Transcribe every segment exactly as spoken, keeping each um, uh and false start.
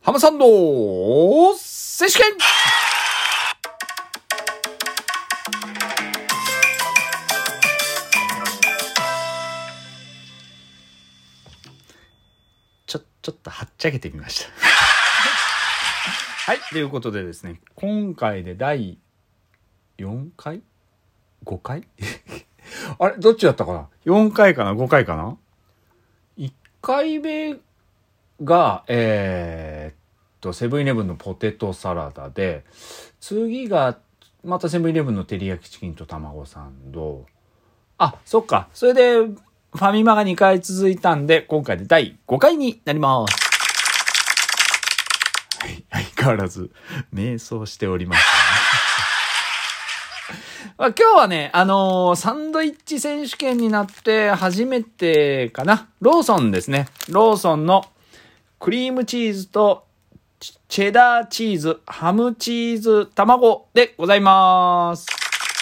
ハムサンド選手権。ちょ、ちょっとはっちゃけてみました。はい、ということでですね、今回でだいよんかい ?ご 回あれどっちだったかな ?よん 回かな ?ご 回かな ?いっ 回目が、えー、っと、セブンイレブンのポテトサラダで、次が、またセブンイレブンの照り焼きチキンと卵サンド。あ、そっか。それで、ファミマがにかい続いたんで、今回でだいごかいになります。はい、相変わらず、迷走しております、ね。まあ、今日はね、あのー、サンドイッチ選手権になって初めてかな。ローソンですね。ローソンのクリームチーズとチェダーチーズ、ハムチーズ、卵でございます。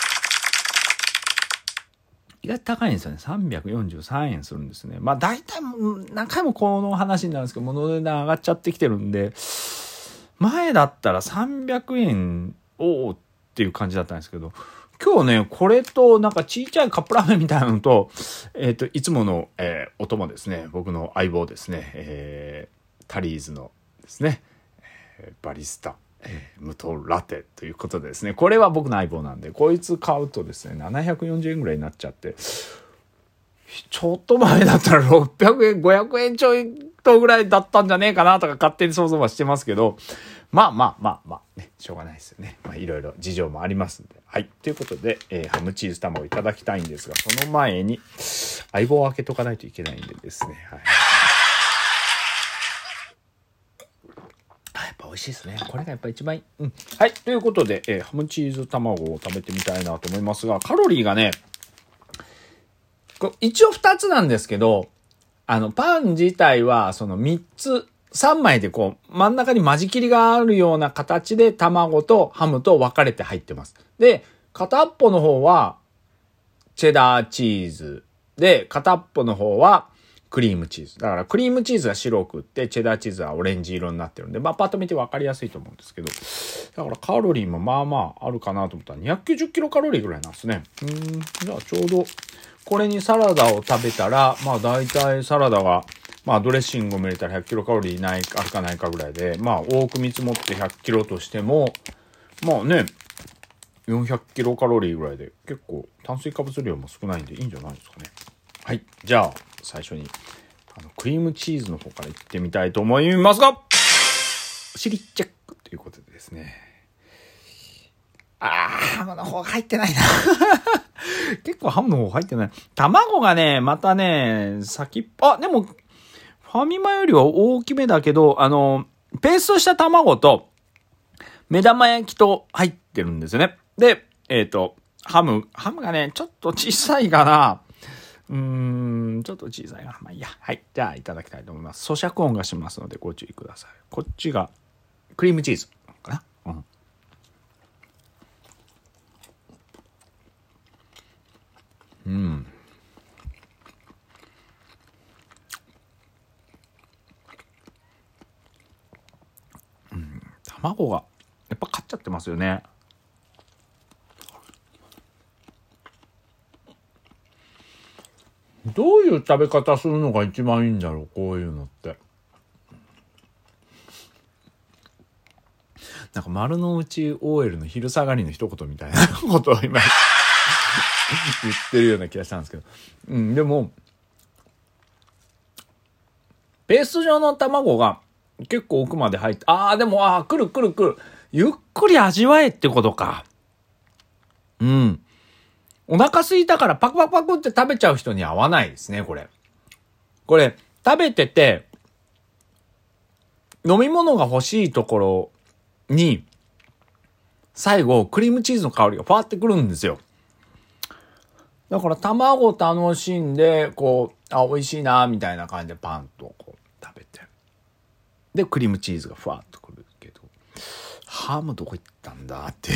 意外と高いんですよね。さんびゃくよんじゅうさんえんするんですね。まあ大体何回もこの話になるんですけど、物の値段上がっちゃってきてるんで、前だったらさんびゃくえんおーっていう感じだったんですけど、今日ね、これとなんかちっちゃいカップラーメンみたいなのと、えっと、いつもの、えー、お供ですね。僕の相棒ですね。えー、タリーズのですね、えー、バリスタ、えー、無糖ラテということでですね。これは僕の相棒なんで、こいつ買うとですね、ななひゃくよんじゅうえんぐらいになっちゃって、ちょっと前だったらろっぴゃくえん、ごひゃくえんちょいとぐらいだったんじゃねえかなとか勝手に想像はしてますけど、まあまあまあまあね、しょうがないですよね。まあいろいろ事情もありますんで。はい。ということで、えー、ハムチーズ卵をいただきたいんですが、その前に相棒を開けとかないといけないんでですね。はい。あ、やっぱ美味しいですね。これがやっぱ一番いい。うん。はい。ということで、えー、ハムチーズ卵を食べてみたいなと思いますが、カロリーがね、一応ふたつなんですけど、あの、パン自体はそのみっつ、さんまいでこう、真ん中に間仕切りがあるような形で卵とハムと分かれて入ってます。で、片っぽの方はチェダーチーズで、片っぽの方はクリームチーズ。だからクリームチーズが白くって、チェダーチーズはオレンジ色になってるんで、まあパッと見て分かりやすいと思うんですけど、だからカロリーもまあまああるかなと思ったらにひゃくきゅうじゅっキロカロリーぐらいなんですね。うーん、じゃあちょうど、これにサラダを食べたら、まあ大体サラダが、まあドレッシングも入れたらひゃくキロカロリーないあるかないかぐらいで、まあ多く見積もってひゃくキロとしても、まあね、よんひゃくキロカロリーぐらいで結構炭水化物量も少ないんでいいんじゃないですかね。はい。じゃあ最初にあのクリームチーズの方からいってみたいと思いますが、お尻チェックということでですね。あー、ハムの方入ってないな。結構ハムの方入ってない。卵がね、またね、先っぽ、あ、でも、ファミマよりは大きめだけど、あの、ペーストした卵と、目玉焼きと入ってるんですよね。で、えっと、ハム、ハムがね、ちょっと小さいかな。うーん、ちょっと小さいな。まあいいや。はい。じゃあ、いただきたいと思います。咀嚼音がしますので、ご注意ください。こっちが、クリームチーズかな。うん。うん。うん、卵がやっぱ勝っちゃってますよね。どういう食べ方するのが一番いいんだろう、こういうのって。なんか丸の内 オーエル の昼下がりの一言みたいなことを今言ってるような気がしたんですけど、うん、でもペースト状の卵が結構奥まで入って、ああでもああ来る来る来る、ゆっくり味わえってことか。うん。お腹空いたからパクパクパクって食べちゃう人に合わないですね、これ。これ食べてて飲み物が欲しいところに最後クリームチーズの香りがファーってくるんですよ。だから卵楽しんでこう、あ、美味しいなみたいな感じでパンとこう食べて、でクリームチーズがファーっとくるけど、ハムどこ行ったんだって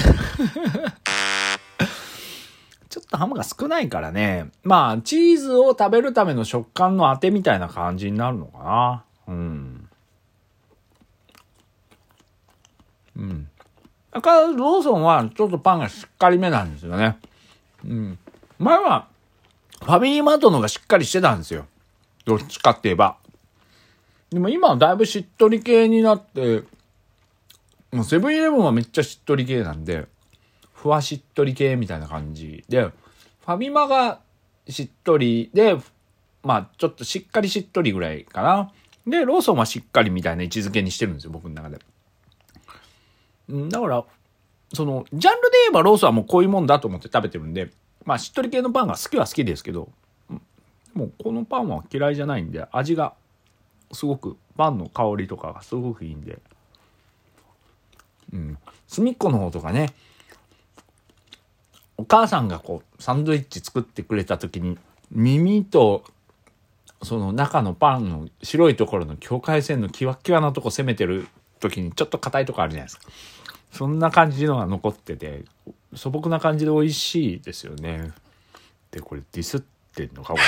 ちょっとハムが少ないからね。まあチーズを食べるための食感の当てみたいな感じになるのかな。うん。 だからローソンはちょっとパンがしっかりめなんですよね。うん。前はファミリーマートの方がしっかりしてたんですよ。どっちかって言えば。でも今はだいぶしっとり系になって、もうセブンイレブンはめっちゃしっとり系なんで、ふわしっとり系みたいな感じで、ファミマがしっとりで、まあちょっとしっかりしっとりぐらいかな。で、ローソンはしっかりみたいな位置づけにしてるんですよ、僕の中で。だから、その、ジャンルで言えばローソンはもうこういうもんだと思って食べてるんで、まあしっとり系のパンが好きは好きですけど、もうこのパンは嫌いじゃないんで、味がすごく、パンの香りとかがすごくいいんで、うん。隅っこの方とかね、お母さんがこう、サンドイッチ作ってくれた時に、耳と、その中のパンの白いところの境界線のキワキワなとこ攻めてる時にちょっと硬いとこあるじゃないですか。そんな感じのが残ってて、素朴な感じで美味しいですよね。で、これディスってんのかこれ。い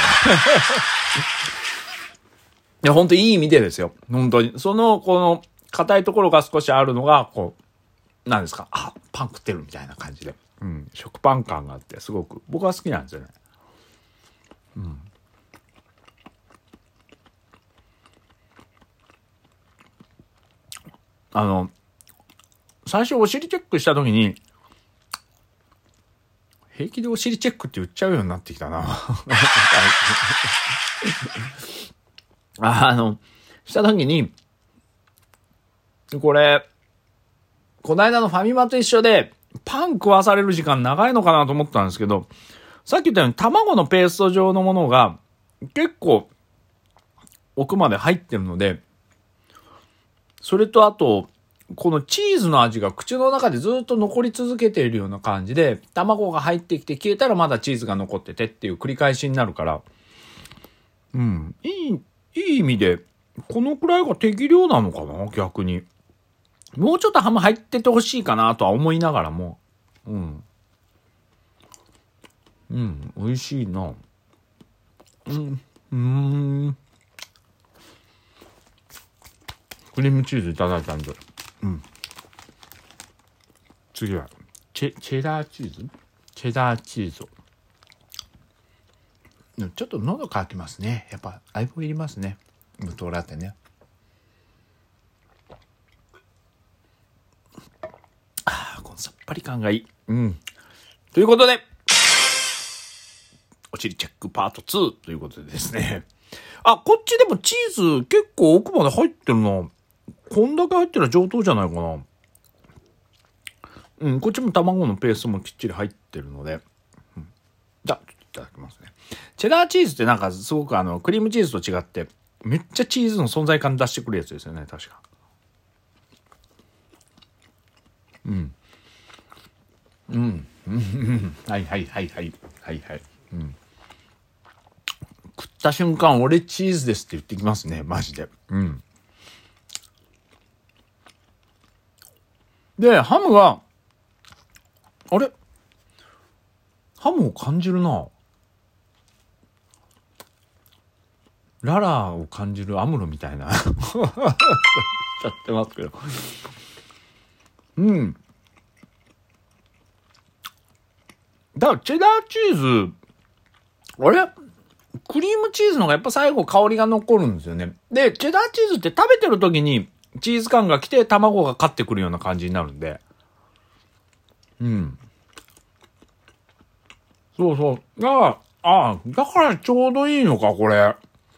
や、ほんといい意味でですよ。本当に。その、この硬いところが少しあるのが、こう、なんですか、あ、パン食ってるみたいな感じで。うん。食パン感があって、すごく、僕は好きなんですよね。うん。あの、最初お尻チェックした時に、平気でお尻チェックって言っちゃうようになってきたな。あの、した時に、これ、こないだのファミマと一緒で、パン食わされる時間長いのかなと思ったんですけど、さっき言ったように卵のペースト状のものが結構奥まで入ってるので、それとあと、このチーズの味が口の中でずっと残り続けているような感じで、卵が入ってきて消えたらまだチーズが残っててっていう繰り返しになるから、うん、いい、いい意味で、このくらいが適量なのかな、逆に。もうちょっとハム入っててほしいかなとは思いながらも、うん。うん、美味しいな。うん、うーん。クリームチーズいただいたんで。うん。次は、チェ、チェダーチーズチェダーチーズを。ちょっと喉乾きますね。やっぱ、相棒いりますね。無糖ラテね。ああ、このさっぱり感がいい。うん。ということで、お尻チェックパートツーということでですね。あ、こっちでもチーズ結構奥まで入ってるな。こんだけ入ってるら上等じゃないかな。うん、こっちも卵のペーストもきっちり入ってるので。うん、じゃあ、ちょっといただきますね。チェダーチーズってなんかすごくあの、クリームチーズと違って、めっちゃチーズの存在感出してくるやつですよね、確か。うん。うん。うん。はいはいはいはい。はいはい。うん。食った瞬間、俺チーズですって言ってきますね、マジで。うん。で、ハムが、あれハムを感じるな。ララを感じるアムロみたいな。ちゃってますけど。うん。だから、チェダーチーズ、あれクリームチーズの方がやっぱ最後香りが残るんですよね。で、チェダーチーズって食べてる時にチーズ感が来て卵が勝ってくるような感じになるんで。うん。そうそう。だから、ああ、だからちょうどいいのか、これ。あ、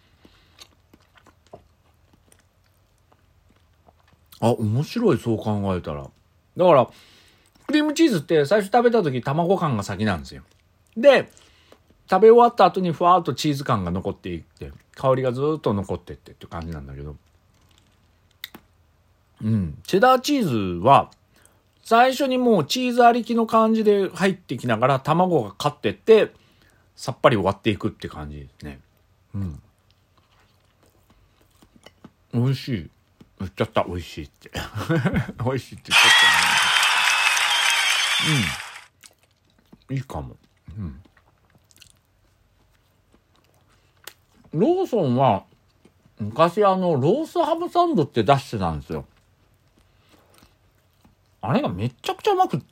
面白い、そう考えたら。だから、クリームチーズって最初食べた時卵感が先なんですよ。で、食べ終わった後にふわーっとチーズ感が残っていって、香りがずーっと残ってってって感じなんだけど。うん。チェダーチーズは、最初にもうチーズありきの感じで入ってきながら卵が勝ってって、さっぱり終わっていくって感じですね。うん。美味しい。言っちゃった。美味しいって。美味しいって言っちゃったね。うん。いいかも。うん。ローソンは、昔あの、ロースハムサンドって出してたんですよ。 あれがめちゃくちゃうまくって、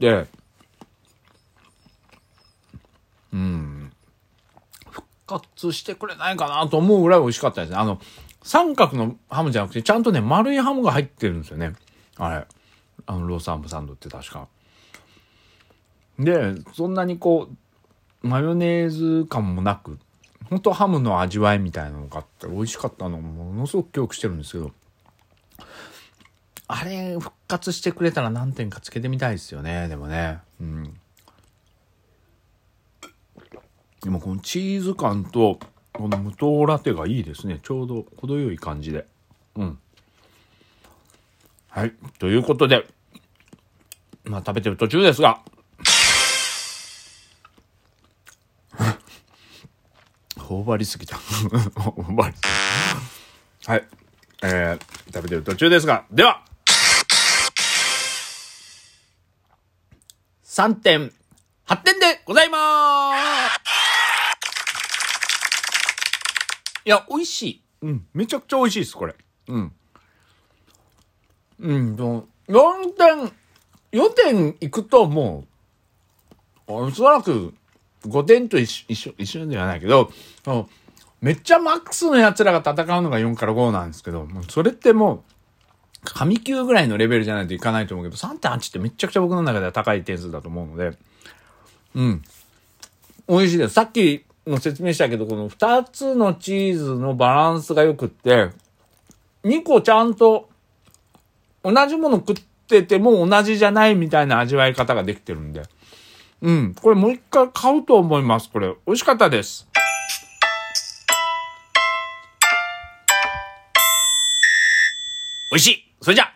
うん。復活してくれないかなと思うぐらい美味しかったですね。あの、三角のハムじゃなくて、ちゃんとね、丸いハムが入ってるんですよね。あれ。あの、ロースハムサンドって確か。で、そんなにこう、マヨネーズ感もなく、ほんとハムの味わいみたいなのがあって美味しかったのをものすごく記憶してるんですけど、あれ復活してくれたら何点かつけてみたいですよね。でもね。うん。でもこのチーズ感とこの無糖ラテがいいですね。ちょうど程よい感じで。うん。はい。ということで、まあ食べてる途中ですが、頬張りすぎた。頬張り。はい。えー、食べてる途中ですが、では、さんてんはってんでございまーす。いや、美味しい。うん。めちゃくちゃ美味しいです、これ。うん。うん、よんてん、よんてんいくともう、おそらくごてんと一緒、一緒、一緒ではないけど、めっちゃマックスの奴らが戦うのがよんからごなんですけど、それってもう、神級ぐらいのレベルじゃないといかないと思うけど、さんてんはち ってめちゃくちゃ僕の中では高い点数だと思うので、うん。美味しいです。さっきの説明したけど、このふたつのチーズのバランスが良くって、にこちゃんと同じもの食ってても同じじゃないみたいな味わい方ができてるんで。うん。これもう一回買うと思います。これ。美味しかったです。美味しい。それじゃ。